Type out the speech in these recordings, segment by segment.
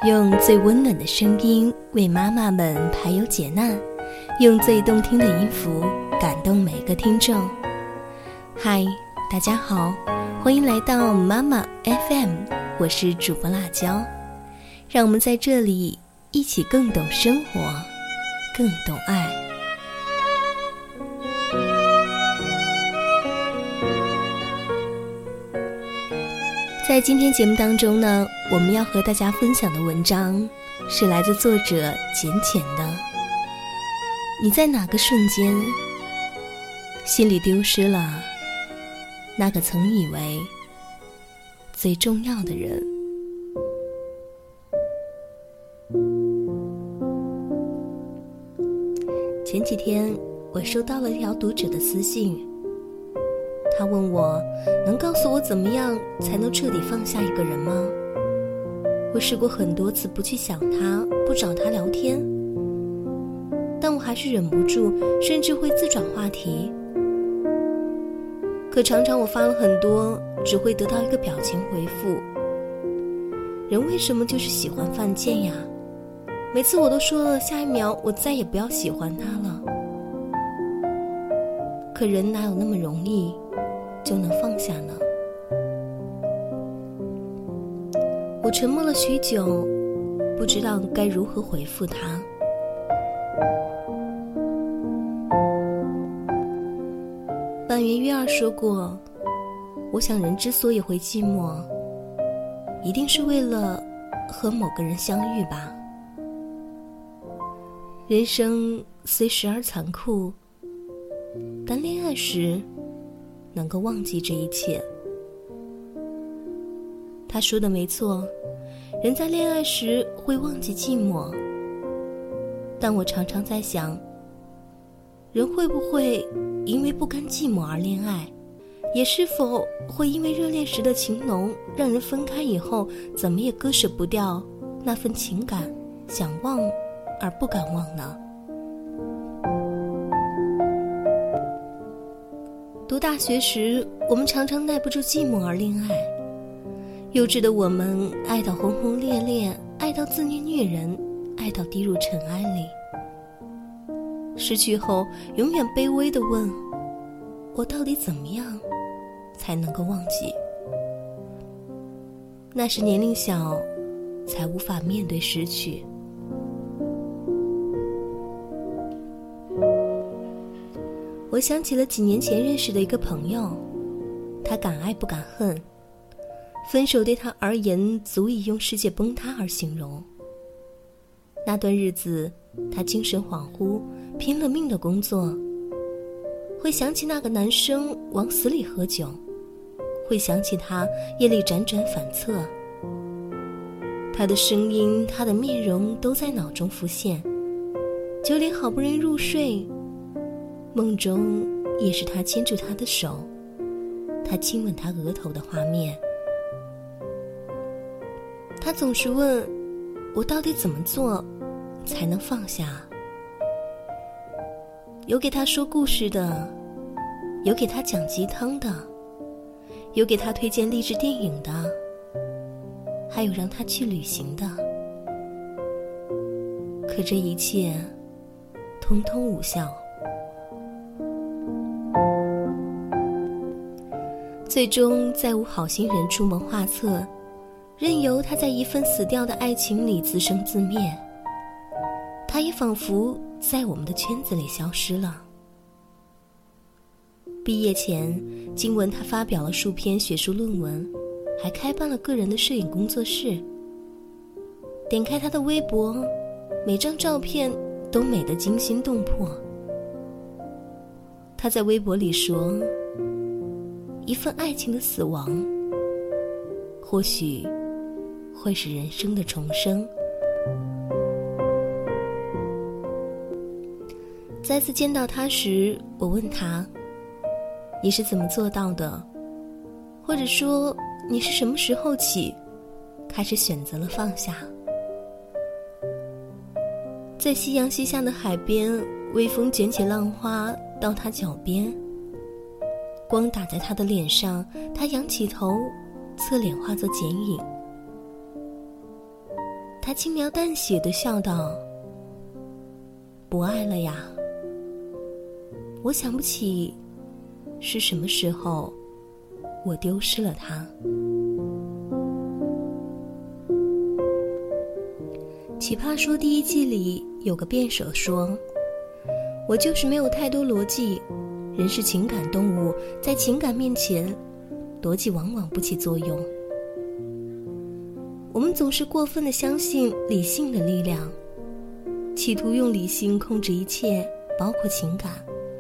用最温暖的声音为妈妈们排忧解难，用最动听的音符感动每个听众。嗨，大家好，欢迎来到妈妈 FM， 我是主播辣椒，让我们在这里一起更懂生活，更懂爱。在今天节目当中呢，我们要和大家分享的文章是来自作者简浅的。你在哪个瞬间心里丢失了那个曾以为最重要的人？前几天我收到了一条读者的私信，他问我能告诉我怎么样才能彻底放下一个人吗？我试过很多次不去想他，不找他聊天，但我还是忍不住，甚至会自转话题。可常常我发了很多，只会得到一个表情回复。人为什么就是喜欢犯贱呀？每次我都说了，下一秒我再也不要喜欢他了。可人哪有那么容易就能放下呢？我沉默了许久，不知道该如何回复他。坂元裕二说过，我想人之所以会寂寞，一定是为了和某个人相遇吧。人生虽时而残酷，但恋爱时能够忘记这一切。他说的没错，人在恋爱时会忘记寂寞，但我常常在想，人会不会因为不甘寂寞而恋爱，也是否会因为热恋时的情浓，让人分开以后怎么也割舍不掉那份情感，想忘而不敢忘呢？读大学时，我们常常耐不住寂寞而恋爱。幼稚的我们爱到轰轰烈烈，爱到自虐虐人，爱到低入尘埃里。失去后，永远卑微地问，我到底怎么样才能够忘记？那是年龄小，才无法面对失去。我想起了几年前认识的一个朋友，他敢爱不敢恨，分手对他而言足以用世界崩塌而形容。那段日子，他精神恍惚，拼了命的工作，会想起那个男生往死里喝酒，会想起他夜里辗转反侧，他的声音，他的面容都在脑中浮现，就连好不容易入睡，梦中也是他牵住他的手，他亲吻他额头的画面。他总是问我到底怎么做才能放下。有给他说故事的，有给他讲鸡汤的，有给他推荐励志电影的，还有让他去旅行的。可这一切通通无效。最终再无好心人出谋划策，任由他在一份死掉的爱情里自生自灭，他也仿佛在我们的圈子里消失了。毕业前，经闻他发表了数篇学术论文，还开办了个人的摄影工作室。点开他的微博，每张照片都美得惊心动魄。他在微博里说，一份爱情的死亡，或许会是人生的重生。再次见到他时，我问他，你是怎么做到的？或者说，你是什么时候起开始选择了放下？在夕阳西下的海边，微风卷起浪花到他脚边，光打在他的脸上，他仰起头，侧脸化作剪影。 他轻描淡写地笑道：不爱了呀。我想不起是什么时候我丢失了他。奇葩说第1季里有个辩手说，我就是没有太多逻辑，人是情感动物，在情感面前，逻辑往往不起作用。我们总是过分地相信理性的力量，企图用理性控制一切，包括情感。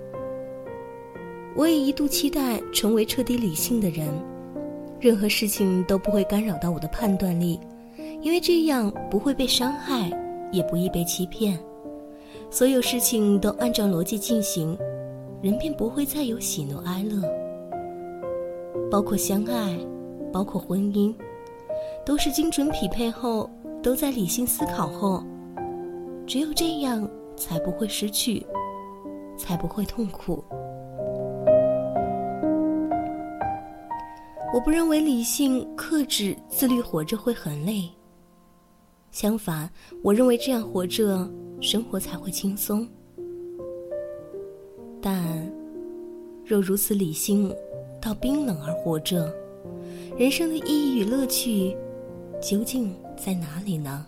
我也一度期待成为彻底理性的人，任何事情都不会干扰到我的判断力，因为这样不会被伤害，也不易被欺骗。所有事情都按照逻辑进行，人便不会再有喜怒哀乐。包括相爱，包括婚姻，都是精准匹配后，都在理性思考后，只有这样才不会失去，才不会痛苦。我不认为理性、克制、自律活着会很累，相反，我认为这样活着，生活才会轻松。但若如此理性到冰冷而活着，人生的意义与乐趣究竟在哪里呢？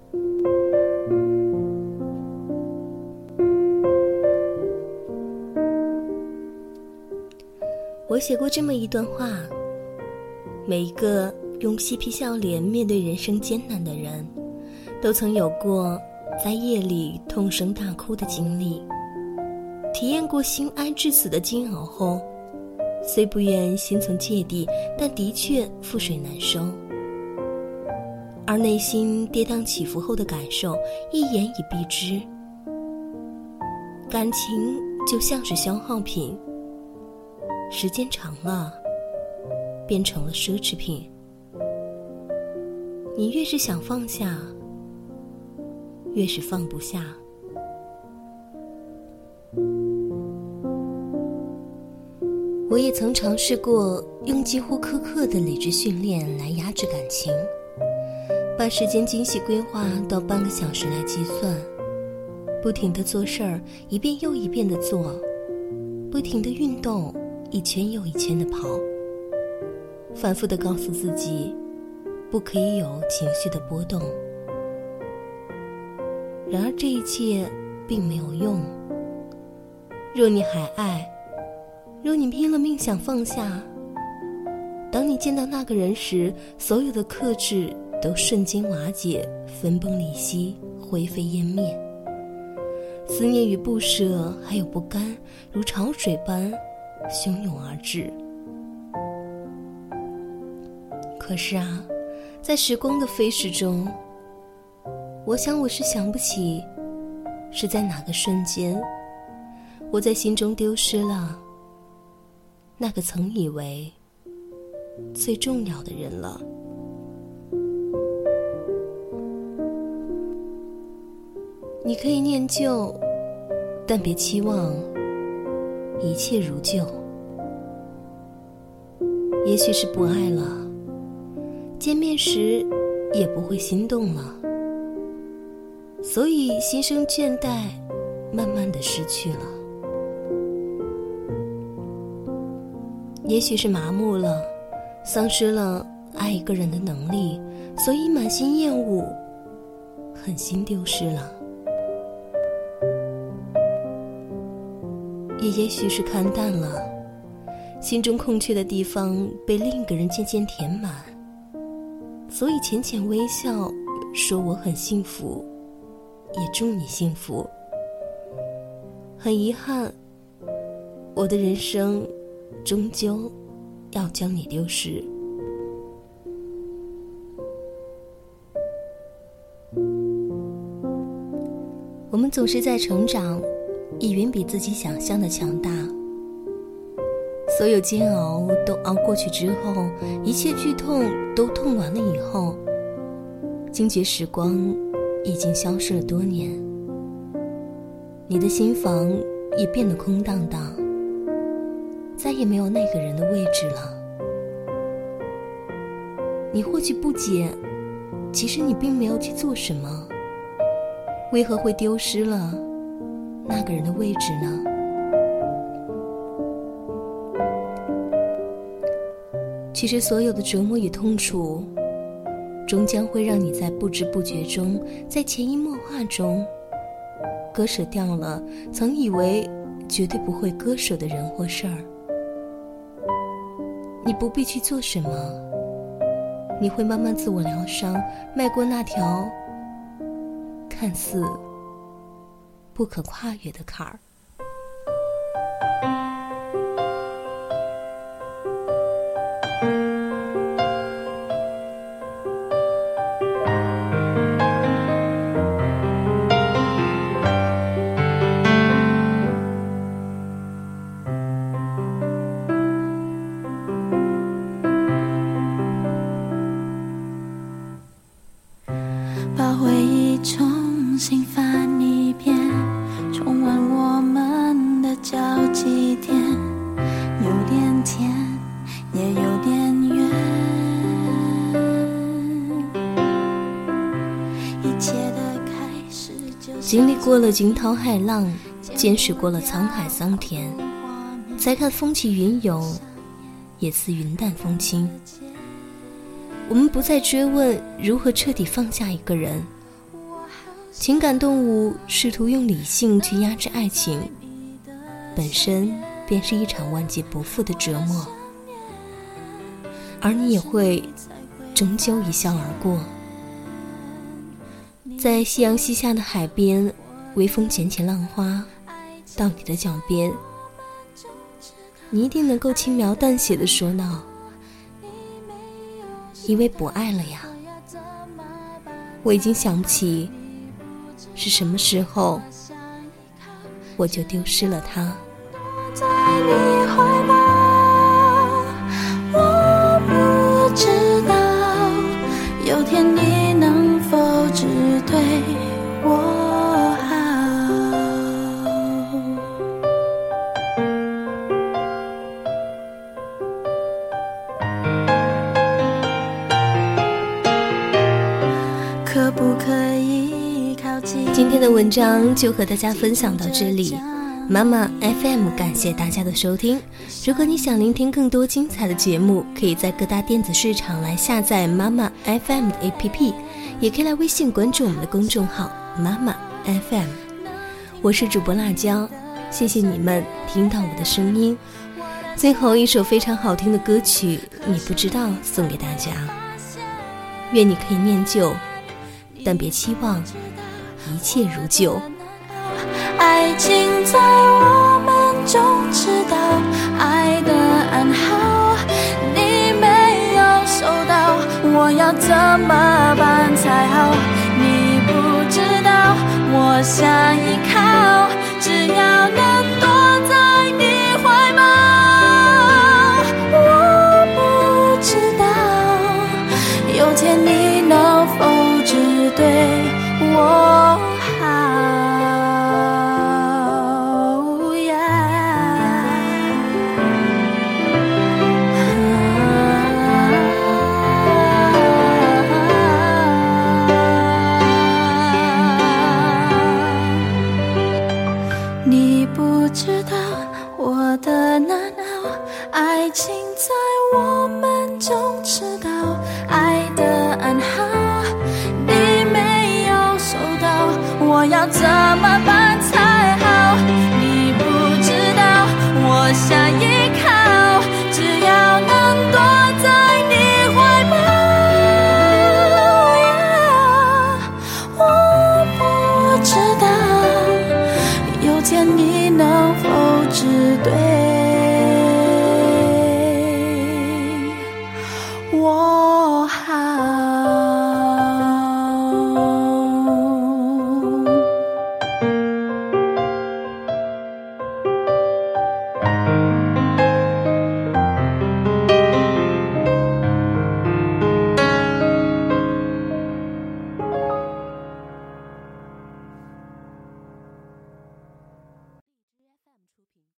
我写过这么一段话，每一个用嬉皮笑脸面对人生艰难的人，都曾有过在夜里痛声大哭的经历，体验过心安至死的煎熬后，虽不愿心存芥蒂，但的确覆水难收。而内心跌宕起伏后的感受，一言以蔽之。感情就像是消耗品，时间长了，变成了奢侈品。你越是想放下，越是放不下。我也曾尝试过用几乎苛刻的理智训练来压制感情，把时间精细规划到半个小时来计算，不停地做事儿，一遍又一遍地做，不停地运动，一圈又一圈地跑，反复地告诉自己不可以有情绪的波动。然而这一切并没有用。若你还爱，若你拼了命想放下，当你见到那个人时，所有的克制都瞬间瓦解，分崩离析，灰飞烟灭。思念与不舍还有不甘，如潮水般汹涌而至。可是啊，在时光的飞逝中，我想我是想不起是在哪个瞬间，我在心中丢失了那个曾以为最重要的人了。你可以念旧，但别期望一切如旧。也许是不爱了，见面时也不会心动了，所以心生倦怠，慢慢地失去了。也许是麻木了，丧失了爱一个人的能力，所以满心厌恶，狠心丢失了。也许是看淡了，心中空缺的地方被另一个人渐渐填满，所以浅浅微笑，说我很幸福，也祝你幸福。很遗憾，我的人生终究要将你丢失。我们总是在成长，也远比自己想象的强大。所有煎熬都熬过去之后，一切剧痛都痛完了以后，惊觉时光已经消失了多年，你的心房也变得空荡荡，再也没有那个人的位置了。你或许不解， 其实你并没有去做什么，为何会丢失了那个人的位置呢？其实所有的折磨与痛楚，终将会让你在不知不觉中，在潜移默化中，割舍掉了曾以为绝对不会割舍的人或事儿。你不必去做什么，你会慢慢自我疗伤，迈过那条看似不可跨越的坎儿。 把回忆重新翻一遍，重温我们的交集点，有点甜，也有点远。一切的开始就是经历过了惊涛骇浪，见识过了沧海桑田，才看风起云涌，也似云淡风轻。我们不再追问如何彻底放下一个人，情感动物试图用理性去压制爱情，本身便是一场万劫不复的折磨，而你也会终究一笑而过。在夕阳西下的海边，微风卷起浪花到你的脚边，你一定能够轻描淡写地说道，因为不爱了呀。我已经想不起是什么时候我就丢失了他。 在你怀抱，我不知道有天你能否只对我好。可不可以靠近？ 今天的文章就和大家分享到这里，妈妈 FM 感谢大家的收听。如果你想聆听更多精彩的节目，可以在各大电子市场来下载妈妈 FM 的 APP， 也可以来微信关注我们的公众号妈妈 FM。 我是主播辣椒，谢谢你们听到我的声音。最后一首非常好听的歌曲你不知道送给大家，愿你可以念旧，但别期望一切如旧。 爱情在我们中知道爱的暗号，你没有收到，我要怎么办才好？你不知道我想依靠，只要能躲在你怀抱。我不知道有天你能否只对我好。你不知道我的难熬，爱情在我们中知道爱的暗号，你没有收到，我要怎么办